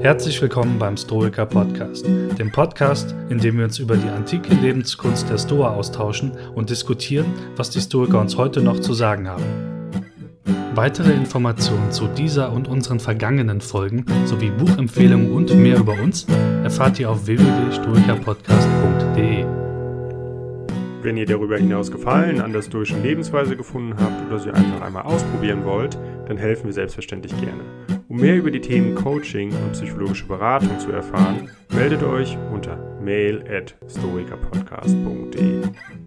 Herzlich willkommen beim Stoiker Podcast, dem Podcast, in dem wir uns über die antike Lebenskunst der Stoa austauschen und diskutieren, was die Stoiker uns heute noch zu sagen haben. Weitere Informationen zu dieser und unseren vergangenen Folgen sowie Buchempfehlungen und mehr über uns erfahrt ihr auf www.stoikerpodcast.de. Wenn ihr darüber hinaus Gefallen an der stoischen Lebensweise gefunden habt oder sie einfach einmal ausprobieren wollt, dann helfen wir selbstverständlich gerne. Um mehr über die Themen Coaching und psychologische Beratung zu erfahren, meldet euch unter mail@stoikerpodcast.de.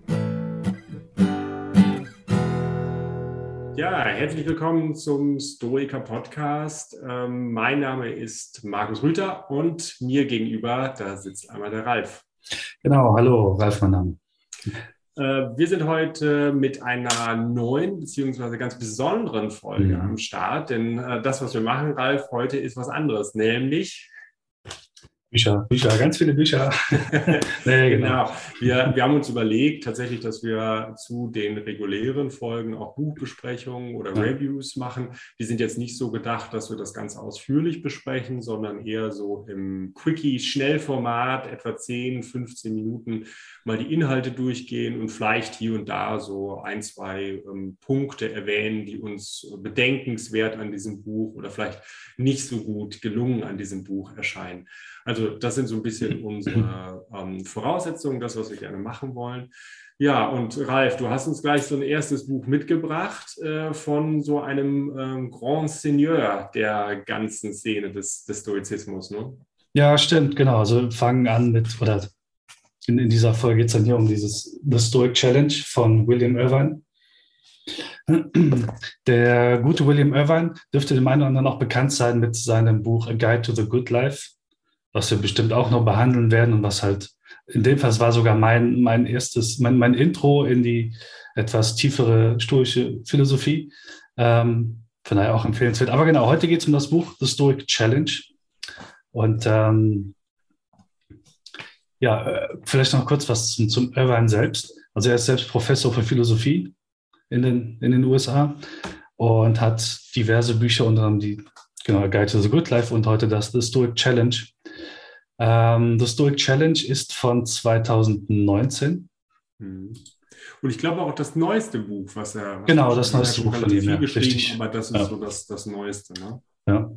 Ja, herzlich willkommen zum Stoiker Podcast. Mein Name ist Markus Rüther und mir gegenüber, da sitzt einmal der Ralf. Genau, hallo, Ralf, mein Name. Wir sind heute mit einer neuen bzw. ganz besonderen Folge am Start, denn das, was wir machen, Ralf, heute ist was anderes, nämlich Bücher, ganz viele Bücher. Nee, genau. Wir haben uns überlegt tatsächlich, dass wir zu den regulären Folgen auch Buchbesprechungen oder Reviews machen. Die sind jetzt nicht so gedacht, dass wir das ganz ausführlich besprechen, sondern eher so im Quickie-Schnellformat, etwa 10, 15 Minuten mal die Inhalte durchgehen und vielleicht hier und da so ein, zwei Punkte erwähnen, die uns bedenkenswert an diesem Buch oder vielleicht nicht so gut gelungen an diesem Buch erscheinen. Also das sind so ein bisschen unsere Voraussetzungen, das, was wir gerne machen wollen. Ja, und Ralf, du hast uns gleich so ein erstes Buch mitgebracht von so einem Grand Seigneur der ganzen Szene des Stoizismus, ne? Ja, stimmt, genau. Also wir fangen an mit, oder in dieser Folge geht es dann hier um dieses The Stoic Challenge von William Irvine. Der gute William Irvine dürfte dem einen oder anderen auch bekannt sein mit seinem Buch A Guide to the Good Life, was wir bestimmt auch noch behandeln werden und was halt, in dem Fall war sogar mein Intro in die etwas tiefere stoische Philosophie. Von daher auch empfehlenswert. Aber genau, heute geht es um das Buch The Stoic Challenge. Und vielleicht noch kurz was zum Irvine selbst. Also er ist selbst Professor für Philosophie in den USA und hat diverse Bücher, unter anderem die Guide to the Good Life und heute das The Stoic Challenge. The Stoic Challenge ist von 2019. Und ich glaube auch das neueste Buch, was er... Genau, das neueste Buch von ihm, ja, richtig. Aber das ist so das Neueste, ne? Ja.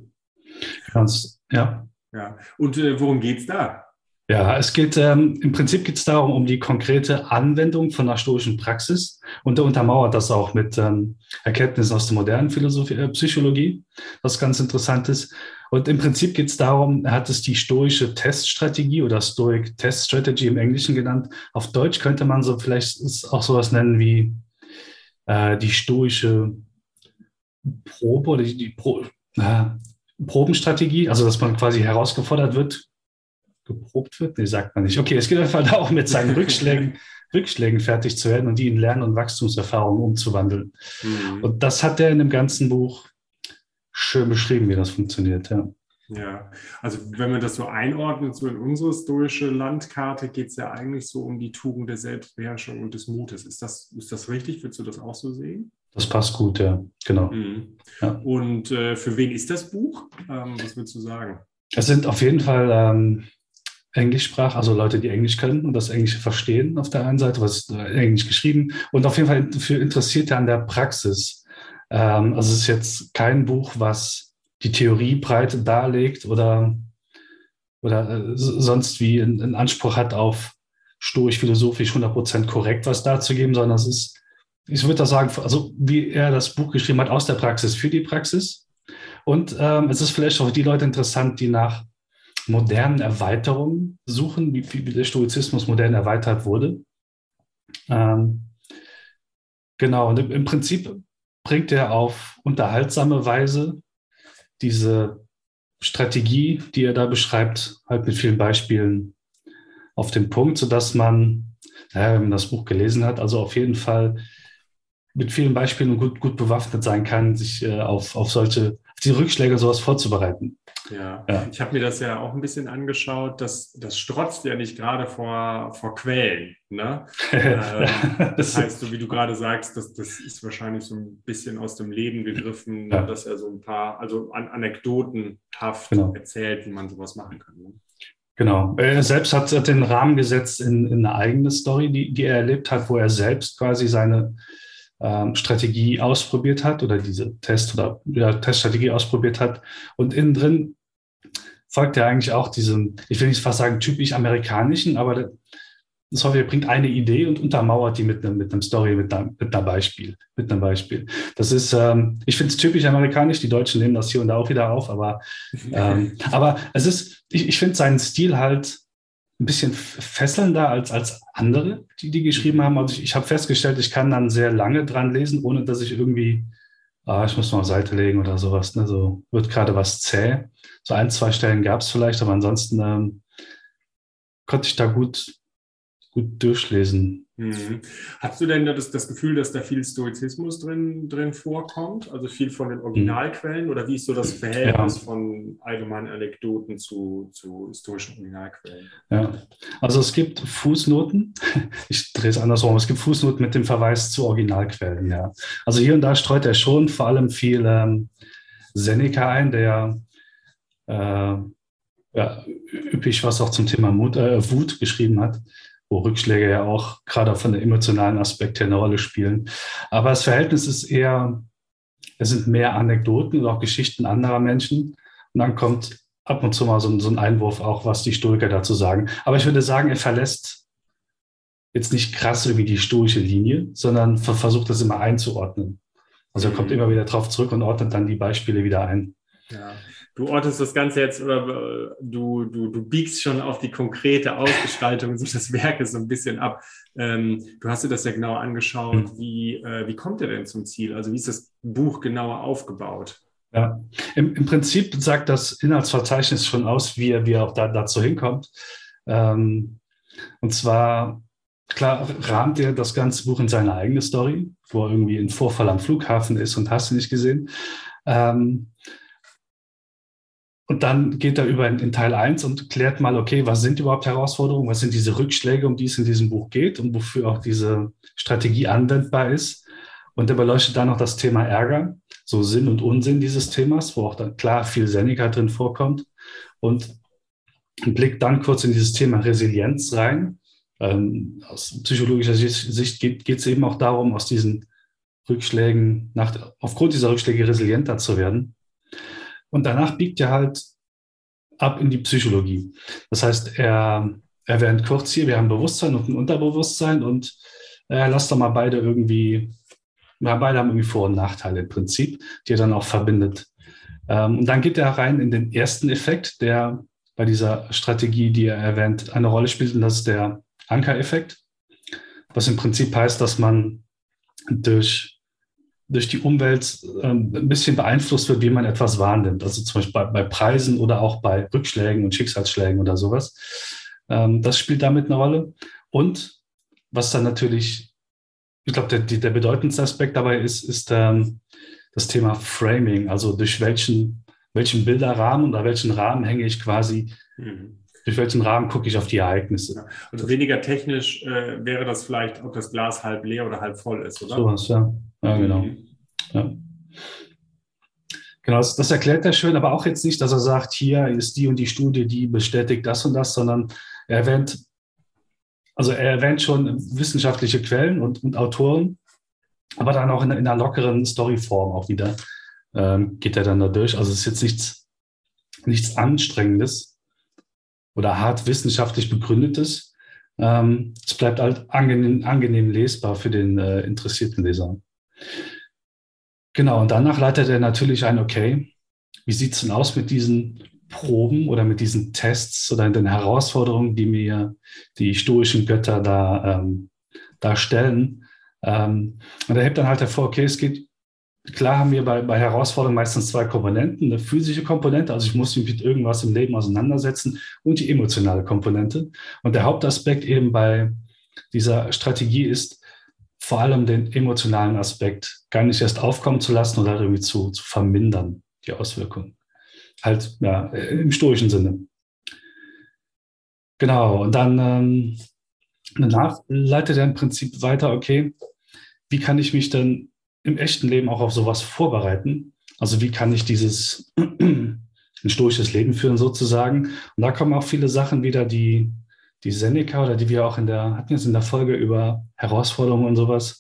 Ja. Und worum geht es da? Ja, es geht, im Prinzip geht es darum, um die konkrete Anwendung von der stoischen Praxis und er untermauert das auch mit Erkenntnissen aus der modernen Psychologie, was ganz interessant ist. Und im Prinzip geht es darum, er hat es die stoische Teststrategie oder Stoic Test Strategy im Englischen genannt. Auf Deutsch könnte man so vielleicht auch sowas nennen wie die stoische Probe oder die Probenstrategie, also dass man quasi herausgefordert wird, geprobt wird? Nee, sagt man nicht. Okay, es geht auf jeden Fall darum, mit seinen Rückschlägen fertig zu werden und die in Lern- und Wachstumserfahrungen umzuwandeln. Und das hat er in dem ganzen Buch schön beschrieben, wie das funktioniert. Ja, also wenn man das so einordnet, so in unsere stoische Landkarte, geht es ja eigentlich so um die Tugend der Selbstbeherrschung und des Mutes. Ist das richtig? Würdest du das auch so sehen? Das passt gut, ja, genau. Ja. Und für wen ist das Buch? Was würdest du sagen? Es sind auf jeden Fall also Leute, die Englisch können und das Englische verstehen auf der einen Seite, was ist Englisch geschrieben und auf jeden Fall für Interessierte an der Praxis. Also es ist jetzt kein Buch, was die Theorie breit darlegt oder sonst wie einen Anspruch hat auf stoisch-philosophisch 100% korrekt was darzugeben, sondern es ist, ich würde da sagen, also wie er das Buch geschrieben hat, aus der Praxis für die Praxis. Und es ist vielleicht auch für die Leute interessant, die nach modernen Erweiterungen suchen, wie der Stoizismus modern erweitert wurde. Genau, und im Prinzip bringt er auf unterhaltsame Weise diese Strategie, die er da beschreibt, halt mit vielen Beispielen auf den Punkt, sodass man, wenn man das Buch gelesen hat, also auf jeden Fall mit vielen Beispielen gut bewaffnet sein kann, sich auf solche die Rückschläge sowas vorzubereiten. Ja. Ich habe mir das ja auch ein bisschen angeschaut, das strotzt ja nicht gerade vor Quellen. Ne? Das heißt, so wie du gerade sagst, das ist wahrscheinlich so ein bisschen aus dem Leben gegriffen, ja. Dass er so ein paar, also anekdotenhaft erzählt, wie man sowas machen kann. Ne? Genau. Er selbst hat den Rahmen gesetzt in eine eigene Story, die er erlebt hat, wo er selbst quasi seine Strategie ausprobiert hat oder diese Teststrategie ausprobiert hat. Und innen drin folgt er eigentlich auch diesem, ich will nicht fast sagen typisch amerikanischen, aber das Software bringt eine Idee und untermauert die mit einem Story, mit einem Beispiel. Das ist, ich finde es typisch amerikanisch, die Deutschen nehmen das hier und da auch wieder auf, aber es ist, ich finde seinen Stil halt ein bisschen fesselnder als andere, die geschrieben haben. Also ich habe festgestellt, ich kann dann sehr lange dran lesen, ohne dass ich irgendwie, ich muss mal auf Seite legen oder sowas. Ne? So wird gerade was zäh. So 1, 2 Stellen gab es vielleicht, aber ansonsten konnte ich da gut durchlesen. Hast du denn das Gefühl, dass da viel Stoizismus drin vorkommt? Also viel von den Originalquellen? Oder wie ist so das Verhältnis von allgemeinen Anekdoten zu historischen Originalquellen? Ja, also es gibt Fußnoten. Ich drehe es andersrum. Es gibt Fußnoten mit dem Verweis zu Originalquellen. Ja. Also hier und da streut er schon vor allem viel Seneca ein, der üppig was auch zum Thema Wut geschrieben hat, wo Rückschläge ja auch gerade von der emotionalen Aspekt her eine Rolle spielen. Aber das Verhältnis ist eher, es sind mehr Anekdoten und auch Geschichten anderer Menschen. Und dann kommt ab und zu mal so ein Einwurf auch, was die Stoiker dazu sagen. Aber ich würde sagen, er verlässt jetzt nicht krass irgendwie die stoische Linie, sondern versucht das immer einzuordnen. Also er kommt immer wieder drauf zurück und ordnet dann die Beispiele wieder ein. Ja. Du ordnest das Ganze jetzt oder du biegst schon auf die konkrete Ausgestaltung des Werkes so ein bisschen ab. Du hast dir das ja genauer angeschaut. Wie kommt er denn zum Ziel? Also wie ist das Buch genauer aufgebaut? Ja, im Prinzip sagt das Inhaltsverzeichnis schon aus, wie er auch dazu hinkommt. Und zwar, klar, rahmt er das ganze Buch in seine eigene Story, wo er irgendwie ein Vorfall am Flughafen ist und hast du nicht gesehen. Und dann geht er über in Teil 1 und klärt mal, okay, was sind überhaupt Herausforderungen, was sind diese Rückschläge, um die es in diesem Buch geht und wofür auch diese Strategie anwendbar ist. Und er beleuchtet dann noch das Thema Ärger, so Sinn und Unsinn dieses Themas, wo auch dann klar viel Seneca drin vorkommt. Und blickt dann kurz in dieses Thema Resilienz rein. Aus psychologischer Sicht geht es eben auch darum, aus diesen Rückschlägen, aufgrund dieser Rückschläge resilienter zu werden. Und danach biegt er halt ab in die Psychologie. Das heißt, er erwähnt kurz hier, wir haben Bewusstsein und ein Unterbewusstsein und lasst doch mal beide haben irgendwie Vor- und Nachteile im Prinzip, die er dann auch verbindet. Und dann geht er rein in den ersten Effekt, der bei dieser Strategie, die er erwähnt, eine Rolle spielt, und das ist der Ankereffekt, was im Prinzip heißt, dass man durch die Umwelt ein bisschen beeinflusst wird, wie man etwas wahrnimmt. Also zum Beispiel bei Preisen oder auch bei Rückschlägen und Schicksalsschlägen oder sowas. Das spielt damit eine Rolle. Und was dann natürlich, ich glaube, der bedeutendste Aspekt dabei ist das Thema Framing. Also durch welchen Bilderrahmen oder welchen Rahmen hänge ich quasi, durch welchen Rahmen gucke ich auf die Ereignisse. Ja. Also weniger technisch wäre das vielleicht, ob das Glas halb leer oder halb voll ist, oder? Sowas, ja. Ja, genau. Ja. Genau, das erklärt er schön, aber auch jetzt nicht, dass er sagt, hier ist die und die Studie, die bestätigt das und das, sondern er erwähnt schon wissenschaftliche Quellen und Autoren, aber dann auch in einer lockeren Storyform auch wieder geht er dann da durch. Also es ist jetzt nichts Anstrengendes oder hart wissenschaftlich begründetes. Es bleibt halt angenehm lesbar für den interessierten Leser. Genau, und danach leitet er natürlich ein, okay, wie sieht es denn aus mit diesen Proben oder mit diesen Tests oder den Herausforderungen, die mir die stoischen Götter da stellen. Und er hebt dann halt hervor, okay, es geht, klar haben wir bei Herausforderungen meistens 2 Komponenten, eine physische Komponente, also ich muss mich mit irgendwas im Leben auseinandersetzen, und die emotionale Komponente. Und der Hauptaspekt eben bei dieser Strategie ist, vor allem den emotionalen Aspekt gar nicht erst aufkommen zu lassen oder irgendwie zu vermindern. die Auswirkungen. Halt, ja, im stoischen Sinne. Genau, und dann danach leitet er im Prinzip weiter, okay, wie kann ich mich denn im echten Leben auch auf sowas vorbereiten? Also wie kann ich ein stoisches Leben führen sozusagen? Und da kommen auch viele Sachen wieder, die Seneca oder die wir auch hatten jetzt in der Folge über Herausforderungen und sowas,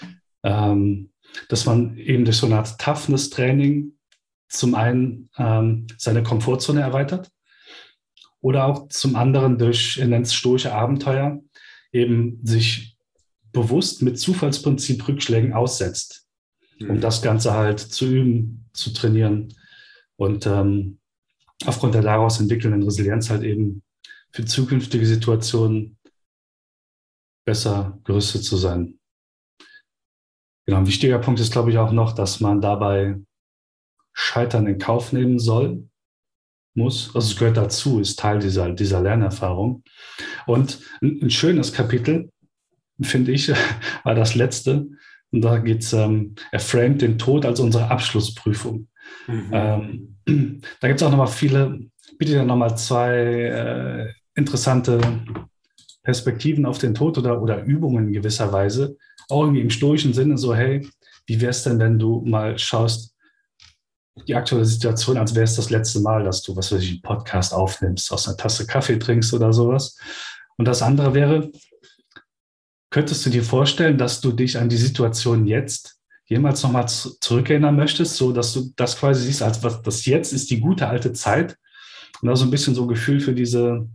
dass man eben durch so eine Art Toughness-Training zum einen seine Komfortzone erweitert oder auch zum anderen durch, er nennt es stoische Abenteuer, eben sich bewusst mit Zufallsprinzip Rückschlägen aussetzt, um das Ganze halt zu üben, zu trainieren und aufgrund der daraus entwickelnden Resilienz halt eben für zukünftige Situationen besser gerüstet zu sein. Genau, ein wichtiger Punkt ist, glaube ich, auch noch, dass man dabei Scheitern in Kauf nehmen muss. Also es gehört dazu, ist Teil dieser Lernerfahrung. Und ein schönes Kapitel, finde ich, war das letzte. Und da geht es, er framet den Tod als unsere Abschlussprüfung. Da gibt es auch nochmal bietet er nochmal zwei interessante Perspektiven auf den Tod oder Übungen in gewisser Weise. Auch irgendwie im stoischen Sinne so, hey, wie wäre es denn, wenn du mal schaust, die aktuelle Situation, als wäre es das letzte Mal, dass du, was weiß ich, einen Podcast aufnimmst, aus einer Tasse Kaffee trinkst oder sowas. Und das andere wäre, könntest du dir vorstellen, dass du dich an die Situation jetzt jemals nochmal zurückerinnern möchtest, so dass du das quasi siehst, als was das jetzt ist, die gute alte Zeit, und da so ein bisschen so ein Gefühl für diese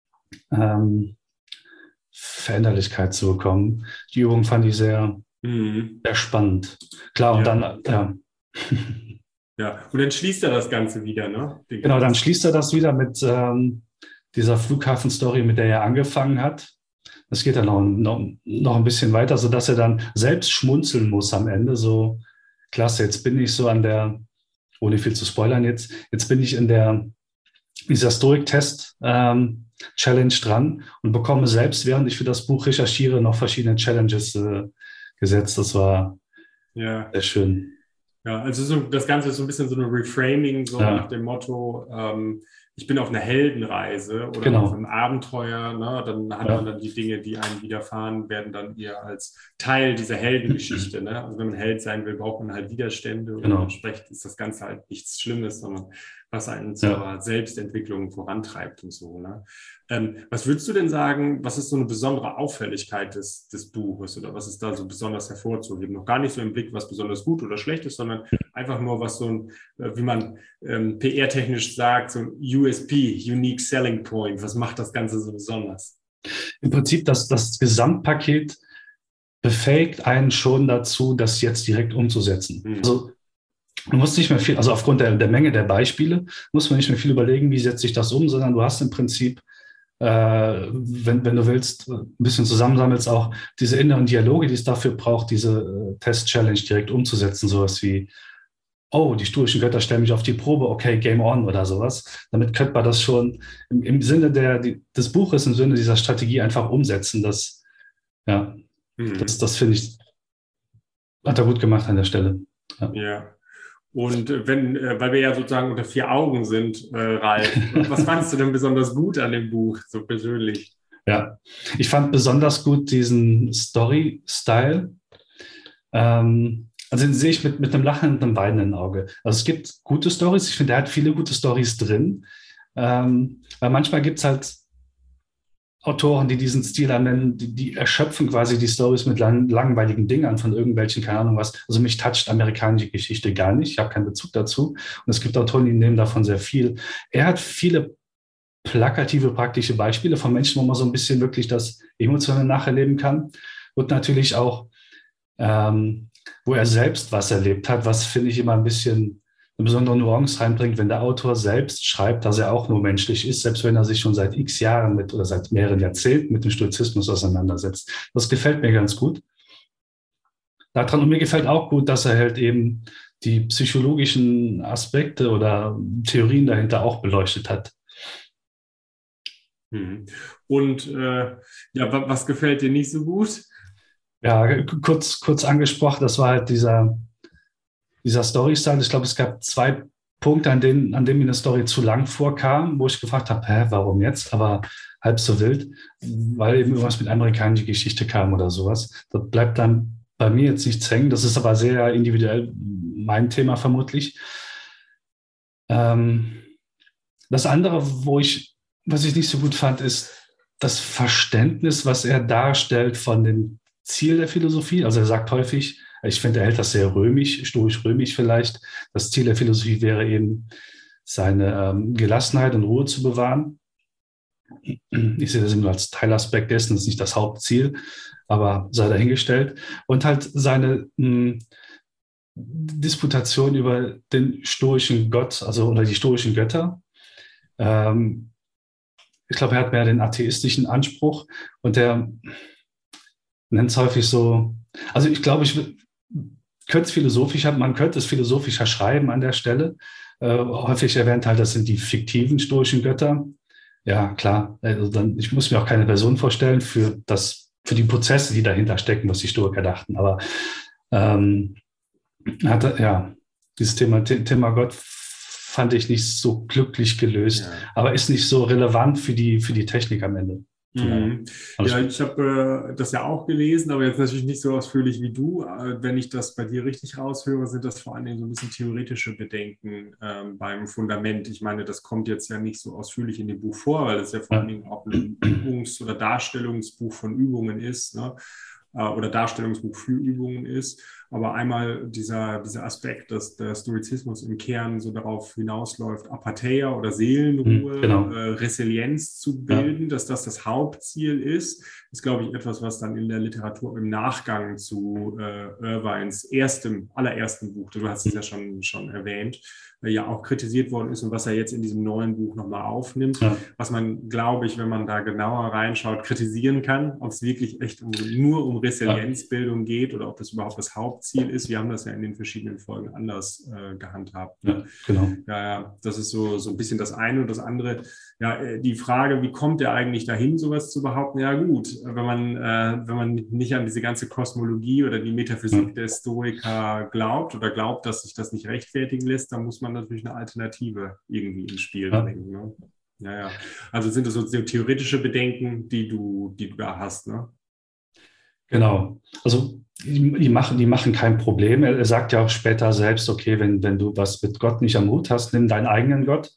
Veränderlichkeit zu bekommen. Die Übung fand ich sehr, sehr spannend. Klar, und dann, ja. Ja, und dann schließt er das Ganze wieder, ne? Genau, dann schließt er das wieder mit dieser Flughafen-Story, mit der er angefangen hat. Das geht dann noch ein bisschen weiter, sodass er dann selbst schmunzeln muss am Ende. So, klasse, jetzt bin ich so ohne viel zu spoilern jetzt bin ich in dieser Stoic-Test-Challenge dran und bekomme selbst, während ich für das Buch recherchiere, noch verschiedene Challenges gesetzt. Das war sehr schön. Ja, also das Ganze ist so ein bisschen so ein Reframing, so nach dem Motto, ich bin auf einer Heldenreise oder auf einem Abenteuer, ne? Dann hat man dann die Dinge, die einem widerfahren, werden dann eher als Teil dieser Heldengeschichte. Ne? Also wenn man Held sein will, braucht man halt Widerstände und entsprechend ist das Ganze halt nichts Schlimmes, sondern was einen zur Selbstentwicklung vorantreibt und so. Ne? Was würdest du denn sagen, was ist so eine besondere Auffälligkeit des Buches oder was ist da so besonders hervorzuheben? Noch gar nicht so im Blick, was besonders gut oder schlecht ist, sondern einfach nur was so ein, wie man PR-technisch sagt, so ein USP, Unique Selling Point. Was macht das Ganze so besonders? Im Prinzip das Gesamtpaket befähigt einen schon dazu, das jetzt direkt umzusetzen. Also du musst nicht mehr viel, also aufgrund der Menge der Beispiele, muss man nicht mehr viel überlegen, wie setze ich das um, sondern du hast im Prinzip, wenn du willst, ein bisschen zusammensammelst, auch diese inneren Dialoge, die es dafür braucht, diese Test-Challenge direkt umzusetzen, sowas wie, oh, die stoischen Götter stellen mich auf die Probe, okay, Game on oder sowas. Damit könnte man das schon im Sinne des Buches, im Sinne dieser Strategie einfach umsetzen. Das finde ich, hat er gut gemacht an der Stelle. Ja. Und weil wir ja sozusagen unter 4 Augen sind, Ralf, was fandst du denn besonders gut an dem Buch, so persönlich? Ja, ich fand besonders gut diesen Story-Style. Also den sehe ich mit einem lachenden, einem weinenden Auge. Also es gibt gute Stories. Ich finde, er hat viele gute Stories drin. Weil manchmal gibt es halt Autoren, die diesen Stil anwenden, die erschöpfen quasi die Stories mit langweiligen Dingern von irgendwelchen, keine Ahnung was. Also mich toucht amerikanische Geschichte gar nicht. Ich habe keinen Bezug dazu. Und es gibt Autoren, die nehmen davon sehr viel. Er hat viele plakative, praktische Beispiele von Menschen, wo man so ein bisschen wirklich das Emotionale nacherleben kann. Und natürlich auch, wo er selbst was erlebt hat, was, finde ich, immer ein bisschen eine besondere Nuance reinbringt, wenn der Autor selbst schreibt, dass er auch nur menschlich ist, selbst wenn er sich schon seit x Jahren oder seit mehreren Jahrzehnten mit dem Stoizismus auseinandersetzt. Das gefällt mir ganz gut. Und mir gefällt auch gut, dass er halt eben die psychologischen Aspekte oder Theorien dahinter auch beleuchtet hat. Und was gefällt dir nicht so gut? Ja, kurz angesprochen, das war halt dieser Story-Style. Ich glaube, es gab 2 Punkte, an denen mir eine Story zu lang vorkam, wo ich gefragt habe, warum jetzt? Aber halb so wild, weil eben irgendwas mit amerikanischer Geschichte kam oder sowas. Das bleibt dann bei mir jetzt nichts hängen. Das ist aber sehr individuell mein Thema vermutlich. Das andere, was ich nicht so gut fand, ist das Verständnis, was er darstellt von dem Ziel der Philosophie. Also er sagt häufig, ich finde, er hält das sehr römisch, stoisch-römisch vielleicht. Das Ziel der Philosophie wäre eben, seine Gelassenheit und Ruhe zu bewahren. Ich sehe das immer als Teilaspekt dessen, das ist nicht das Hauptziel, aber sei dahingestellt. Und halt seine Disputation über den stoischen Gott, also oder die stoischen Götter. Ich glaube, er hat mehr den atheistischen Anspruch und der nennt es häufig so, also ich glaube, man könnte es philosophischer schreiben an der Stelle. Häufig erwähnt halt, das sind die fiktiven stoischen Götter. Ja, klar. Also ich muss mir auch keine Person vorstellen für die Prozesse, die dahinter stecken, was die Stoiker dachten. Aber dieses Thema Gott fand ich nicht so glücklich gelöst, aber ist nicht so relevant für die Technik am Ende. Ja, ich habe das ja auch gelesen, aber jetzt natürlich nicht so ausführlich wie du. Wenn ich das bei dir richtig raushöre, sind das vor allen Dingen so ein bisschen theoretische Bedenken beim Fundament. Ich meine, das kommt jetzt ja nicht so ausführlich in dem Buch vor, weil es ja vor allen Dingen auch ein Übungs- oder Darstellungsbuch von Übungen ist, ne? Oder Darstellungsbuch für Übungen ist. Aber einmal dieser Aspekt, dass der Stoizismus im Kern so darauf hinausläuft, Apatheia oder Seelenruhe, Resilienz zu bilden, dass das Hauptziel ist glaube ich, etwas, was dann in der Literatur im Nachgang zu Irvines allerersten Buch, du hast es ja schon erwähnt, ja auch kritisiert worden ist und was er jetzt in diesem neuen Buch nochmal aufnimmt, was man, glaube ich, wenn man da genauer reinschaut, kritisieren kann, ob es wirklich echt nur um Resilienzbildung geht oder ob das überhaupt das Hauptziel ist. Wir haben das ja in den verschiedenen Folgen anders gehandhabt. Ja, genau. Ja, das ist so ein bisschen das eine und das andere. Ja, die Frage, wie kommt er eigentlich dahin, sowas zu behaupten? Ja gut, wenn man nicht an diese ganze Kosmologie oder die Metaphysik der Stoiker glaubt oder glaubt, dass sich das nicht rechtfertigen lässt, dann muss man natürlich eine Alternative irgendwie ins Spiel bringen. Ne? Ja. Also sind das so theoretische Bedenken, die du da hast, ne? Genau. Also die machen kein Problem. Er sagt ja auch später selbst, okay, wenn du was mit Gott nicht am Hut hast, nimm deinen eigenen Gott.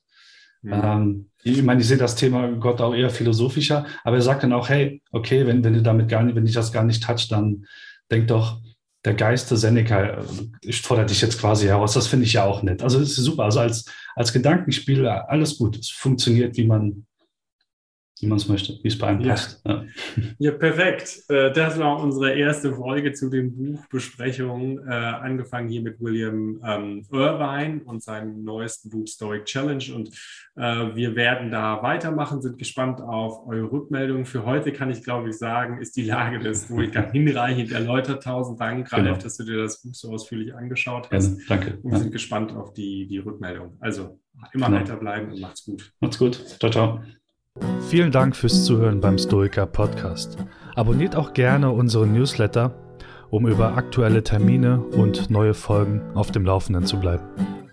Ich meine, ich sehe das Thema Gott auch eher philosophischer, aber er sagt dann auch, hey, okay, wenn dich das gar nicht toucht, dann denk doch, der Geist der Seneca fordert dich jetzt quasi heraus. Das finde ich ja auch nett. Also es ist super. Also als Gedankenspiel alles gut. Es funktioniert, wie man es möchte, wie es bei einem passt. Ja, perfekt. Das war unsere erste Folge zu den Buchbesprechungen, angefangen hier mit William Irvine und seinem neuesten Buch Stoic Challenge. Und wir werden da weitermachen, sind gespannt auf eure Rückmeldungen. Für heute kann ich, glaube ich, sagen, ist die Lage des Stoikers hinreichend erläutert. 1000 Dank, Ralf, dass du dir das Buch so ausführlich angeschaut hast. Danke. Und wir sind gespannt auf die Rückmeldung. Also immer weiterbleiben und macht's gut. Macht's gut. Ciao, ciao. Vielen Dank fürs Zuhören beim Stoiker Podcast. Abonniert auch gerne unseren Newsletter, um über aktuelle Termine und neue Folgen auf dem Laufenden zu bleiben.